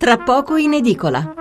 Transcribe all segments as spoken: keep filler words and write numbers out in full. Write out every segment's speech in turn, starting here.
tra poco in edicola.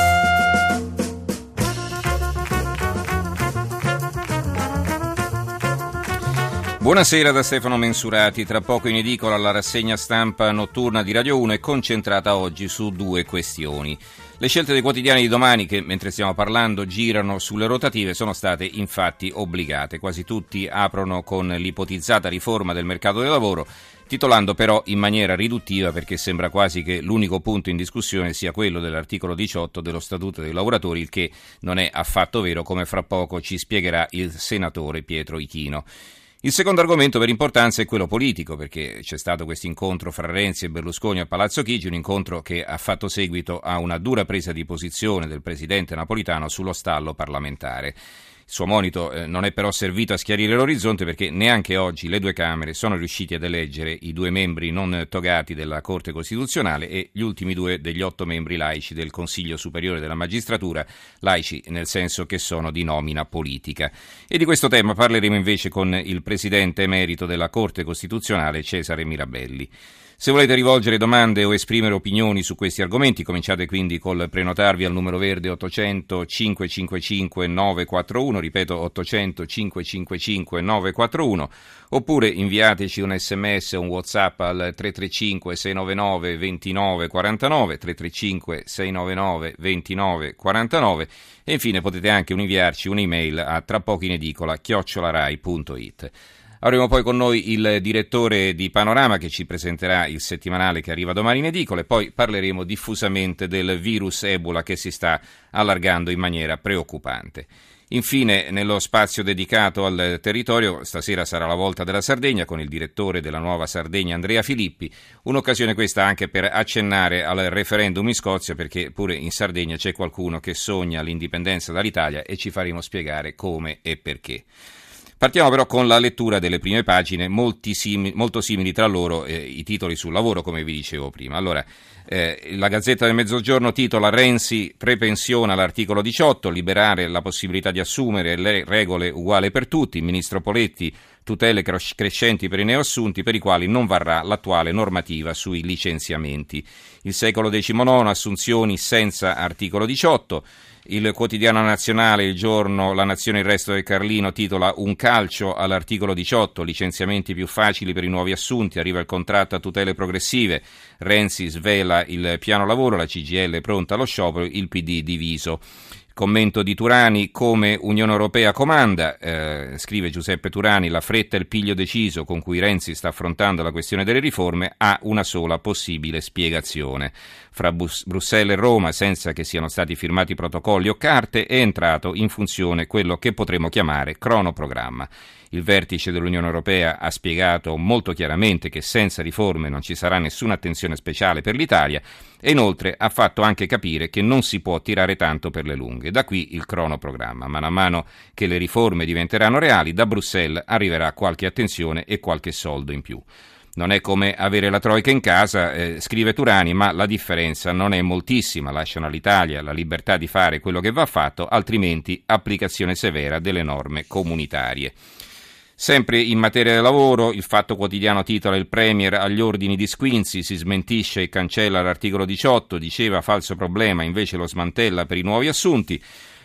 Buonasera da Stefano Mensurati. Tra poco in edicola la rassegna stampa notturna di Radio uno è concentrata oggi su due questioni. Le scelte dei quotidiani di domani, che mentre stiamo parlando girano sulle rotative, sono state infatti obbligate. Quasi tutti aprono con l'ipotizzata riforma del mercato del lavoro, titolando però in maniera riduttiva, perché sembra quasi che l'unico punto in discussione sia quello dell'articolo diciotto dello Statuto dei lavoratori, il che non è affatto vero, come fra poco ci spiegherà il senatore Pietro Ichino. Il secondo argomento per importanza è quello politico, perché c'è stato questo incontro fra Renzi e Berlusconi a Palazzo Chigi, un incontro che ha fatto seguito a una dura presa di posizione del presidente Napolitano sullo stallo parlamentare. Il suo monito eh, non è però servito a schiarire l'orizzonte, perché neanche oggi le due Camere sono riusciti ad eleggere i due membri non togati della Corte Costituzionale e gli ultimi due degli otto membri laici del Consiglio Superiore della Magistratura, laici nel senso che sono di nomina politica. E di questo tema parleremo invece con il Presidente emerito della Corte Costituzionale, Cesare Mirabelli. Se volete rivolgere domande o esprimere opinioni su questi argomenti, cominciate quindi col prenotarvi al numero verde ottocento cinquecentocinquantacinque novecentoquarantuno, ripeto ottocento cinquecentocinquantacinque novecentoquarantuno, oppure inviateci un sms o un WhatsApp al tre tre cinque sei nove nove due nove quattro nove, tre tre cinque sei nove nove due nove quattro nove, e infine potete anche inviarci un'email a trapocoinedicola chiocciola rai punto it. Avremo poi con noi il direttore di Panorama che ci presenterà il settimanale che arriva domani in edicola, e poi parleremo diffusamente del virus Ebola che si sta allargando in maniera preoccupante. Infine, nello spazio dedicato al territorio, stasera sarà la volta della Sardegna con il direttore della Nuova Sardegna Andrea Filippi, un'occasione questa anche per accennare al referendum in Scozia, perché pure in Sardegna c'è qualcuno che sogna l'indipendenza dall'Italia e ci faremo spiegare come e perché. Partiamo però con la lettura delle prime pagine, molti simili, molto simili tra loro eh, i titoli sul lavoro, come vi dicevo prima. Allora, eh, la Gazzetta del Mezzogiorno titola Renzi prepensiona l'articolo diciotto, liberare la possibilità di assumere le regole uguali per tutti, il ministro Poletti tutele crescenti per i neoassunti per i quali non varrà l'attuale normativa sui licenziamenti. Il Secolo diciannove, assunzioni senza articolo diciotto. Il quotidiano nazionale, Il Giorno, La Nazione, Il Resto del Carlino titola Un calcio all'articolo diciotto, licenziamenti più facili per i nuovi assunti, arriva il contratto a tutele progressive, Renzi svela il piano lavoro, la C G I L pronta allo sciopero, il P D diviso. Commento di Turani, come Unione Europea comanda, eh, scrive Giuseppe Turani, la fretta e il piglio deciso con cui Renzi sta affrontando la questione delle riforme ha una sola possibile spiegazione. Fra Bus- Bruxelles e Roma, senza che siano stati firmati protocolli o carte, è entrato in funzione quello che potremmo chiamare cronoprogramma. Il vertice dell'Unione Europea ha spiegato molto chiaramente che senza riforme non ci sarà nessuna attenzione speciale per l'Italia e inoltre ha fatto anche capire che non si può tirare tanto per le lunghe. Da qui il cronoprogramma. Man mano che le riforme diventeranno reali, da Bruxelles arriverà qualche attenzione e qualche soldo in più. Non è come avere la troika in casa, eh, scrive Turani, ma la differenza non è moltissima. Lasciano all'Italia la libertà di fare quello che va fatto, altrimenti applicazione severa delle norme comunitarie. Sempre in materia di lavoro, il Fatto Quotidiano titola Il Premier agli ordini di Squinzi, si smentisce e cancella l'articolo diciotto, diceva falso problema, invece lo smantella per i nuovi assunti.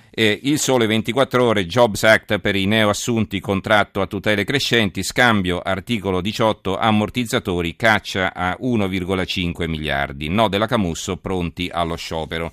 E il Sole ventiquattro Ore, Jobs Act per i neoassunti, contratto a tutele crescenti, scambio articolo diciotto, ammortizzatori, caccia a uno virgola cinque miliardi, no della Camusso, pronti allo sciopero.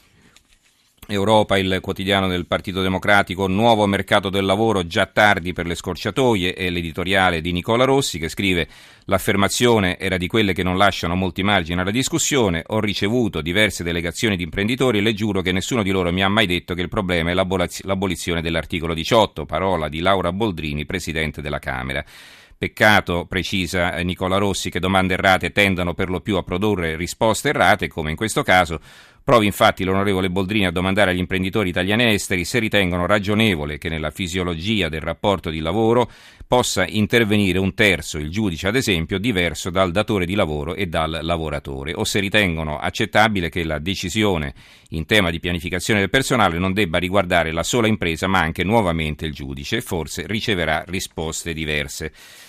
Europa, il quotidiano del Partito Democratico, nuovo mercato del lavoro, già tardi per le scorciatoie, è l'editoriale di Nicola Rossi che scrive l'affermazione era di quelle che non lasciano molti margini alla discussione, ho ricevuto diverse delegazioni di imprenditori e le giuro che nessuno di loro mi ha mai detto che il problema è l'abolizione dell'articolo diciotto, parola di Laura Boldrini, Presidente della Camera. Peccato, precisa Nicola Rossi, che domande errate tendano per lo più a produrre risposte errate, come in questo caso. Provi infatti l'onorevole Boldrini a domandare agli imprenditori italiani esteri se ritengono ragionevole che nella fisiologia del rapporto di lavoro possa intervenire un terzo, il giudice ad esempio, diverso dal datore di lavoro e dal lavoratore, o se ritengono accettabile che la decisione in tema di pianificazione del personale non debba riguardare la sola impresa ma anche nuovamente il giudice, e forse riceverà risposte diverse.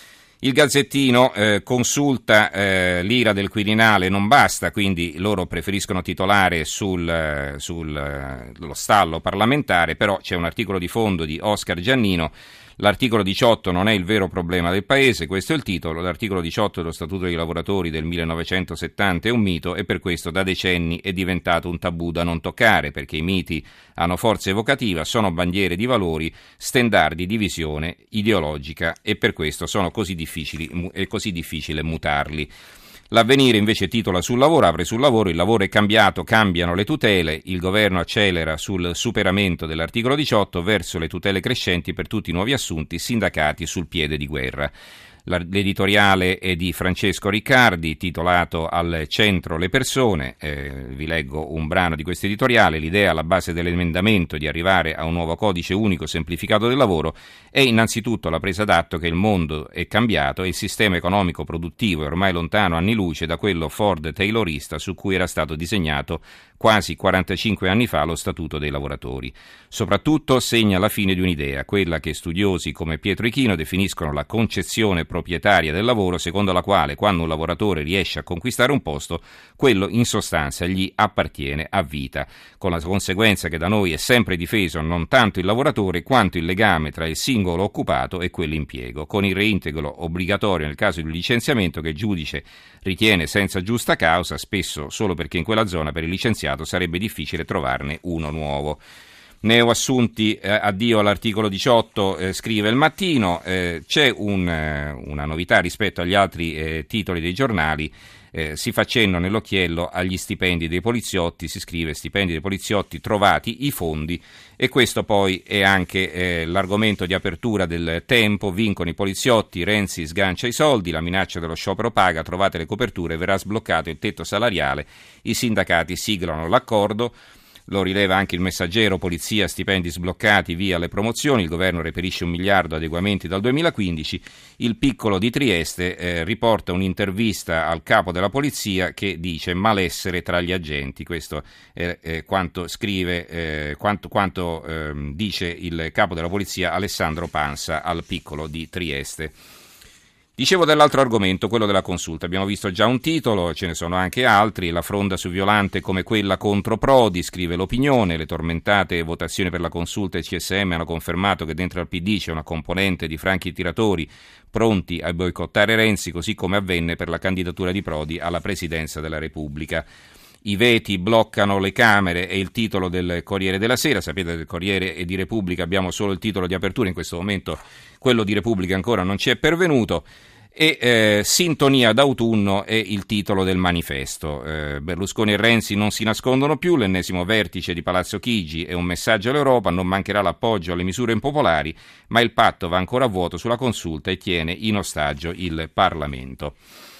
Il Gazzettino eh, consulta eh, l'ira del Quirinale non basta, quindi loro preferiscono titolare sul, sul eh, lo stallo parlamentare, però c'è un articolo di fondo di Oscar Giannino. L'articolo diciotto non è il vero problema del Paese, questo è il titolo. L'articolo diciotto dello Statuto dei lavoratori del millenovecentosettanta è un mito e per questo da decenni è diventato un tabù da non toccare, perché i miti hanno forza evocativa, sono bandiere di valori, stendardi di visione ideologica e per questo sono così difficili, è così difficile mutarli. L'Avvenire invece titola sul lavoro, apre sul lavoro, il lavoro è cambiato, cambiano le tutele, il governo accelera sul superamento dell'articolo diciotto verso le tutele crescenti per tutti i nuovi assunti, sindacati sul piede di guerra. L'editoriale è di Francesco Riccardi, titolato Al centro le persone. Eh, vi leggo un brano di questo editoriale. L'idea alla base dell'emendamento di arrivare a un nuovo codice unico semplificato del lavoro è innanzitutto la presa d'atto che il mondo è cambiato e il sistema economico produttivo è ormai lontano anni luce da quello Ford-Taylorista su cui era stato disegnato quasi quarantacinque anni fa lo Statuto dei lavoratori. Soprattutto segna la fine di un'idea, quella che studiosi come Pietro Ichino definiscono la concezione proprietaria del lavoro, secondo la quale quando un lavoratore riesce a conquistare un posto, quello in sostanza gli appartiene a vita, con la conseguenza che da noi è sempre difeso non tanto il lavoratore quanto il legame tra il singolo occupato e quell'impiego, con il reintegro obbligatorio nel caso di un licenziamento che il giudice ritiene senza giusta causa, spesso solo perché in quella zona per il licenziato sarebbe difficile trovarne uno nuovo. Neoassunti, eh, addio all'articolo diciotto, eh, scrive il Mattino, eh, c'è un, eh, una novità rispetto agli altri eh, titoli dei giornali, eh, si fa cenno nell'occhiello agli stipendi dei poliziotti, si scrive stipendi dei poliziotti trovati i fondi e questo poi è anche eh, l'argomento di apertura del Tempo, vincono i poliziotti, Renzi sgancia i soldi, la minaccia dello sciopero paga, trovate le coperture, verrà sbloccato il tetto salariale, i sindacati siglano l'accordo. Lo rileva anche il Messaggero, polizia, stipendi sbloccati, via le promozioni, il governo reperisce un miliardo adeguamenti dal duemilaquindici, il Piccolo di Trieste eh, riporta un'intervista al capo della polizia che dice malessere tra gli agenti, questo è eh, quanto scrive, eh, quanto, quanto eh, dice il capo della polizia Alessandro Pansa al Piccolo di Trieste. Dicevo dell'altro argomento, quello della consulta. Abbiamo visto già un titolo, ce ne sono anche altri. La fronda su Violante come quella contro Prodi, scrive l'Opinione. Le tormentate votazioni per la consulta e C S M hanno confermato che dentro al P D c'è una componente di franchi tiratori pronti a boicottare Renzi, così come avvenne per la candidatura di Prodi alla presidenza della Repubblica. I veti bloccano le Camere è il titolo del Corriere della Sera. Sapete, del Corriere e di Repubblica abbiamo solo il titolo di apertura, in questo momento quello di Repubblica ancora non ci è pervenuto. E eh, Sintonia d'autunno è il titolo del manifesto. Eh, Berlusconi e Renzi non si nascondono più, l'ennesimo vertice di Palazzo Chigi è un messaggio all'Europa, non mancherà l'appoggio alle misure impopolari, ma il patto va ancora a vuoto sulla consulta e tiene in ostaggio il Parlamento.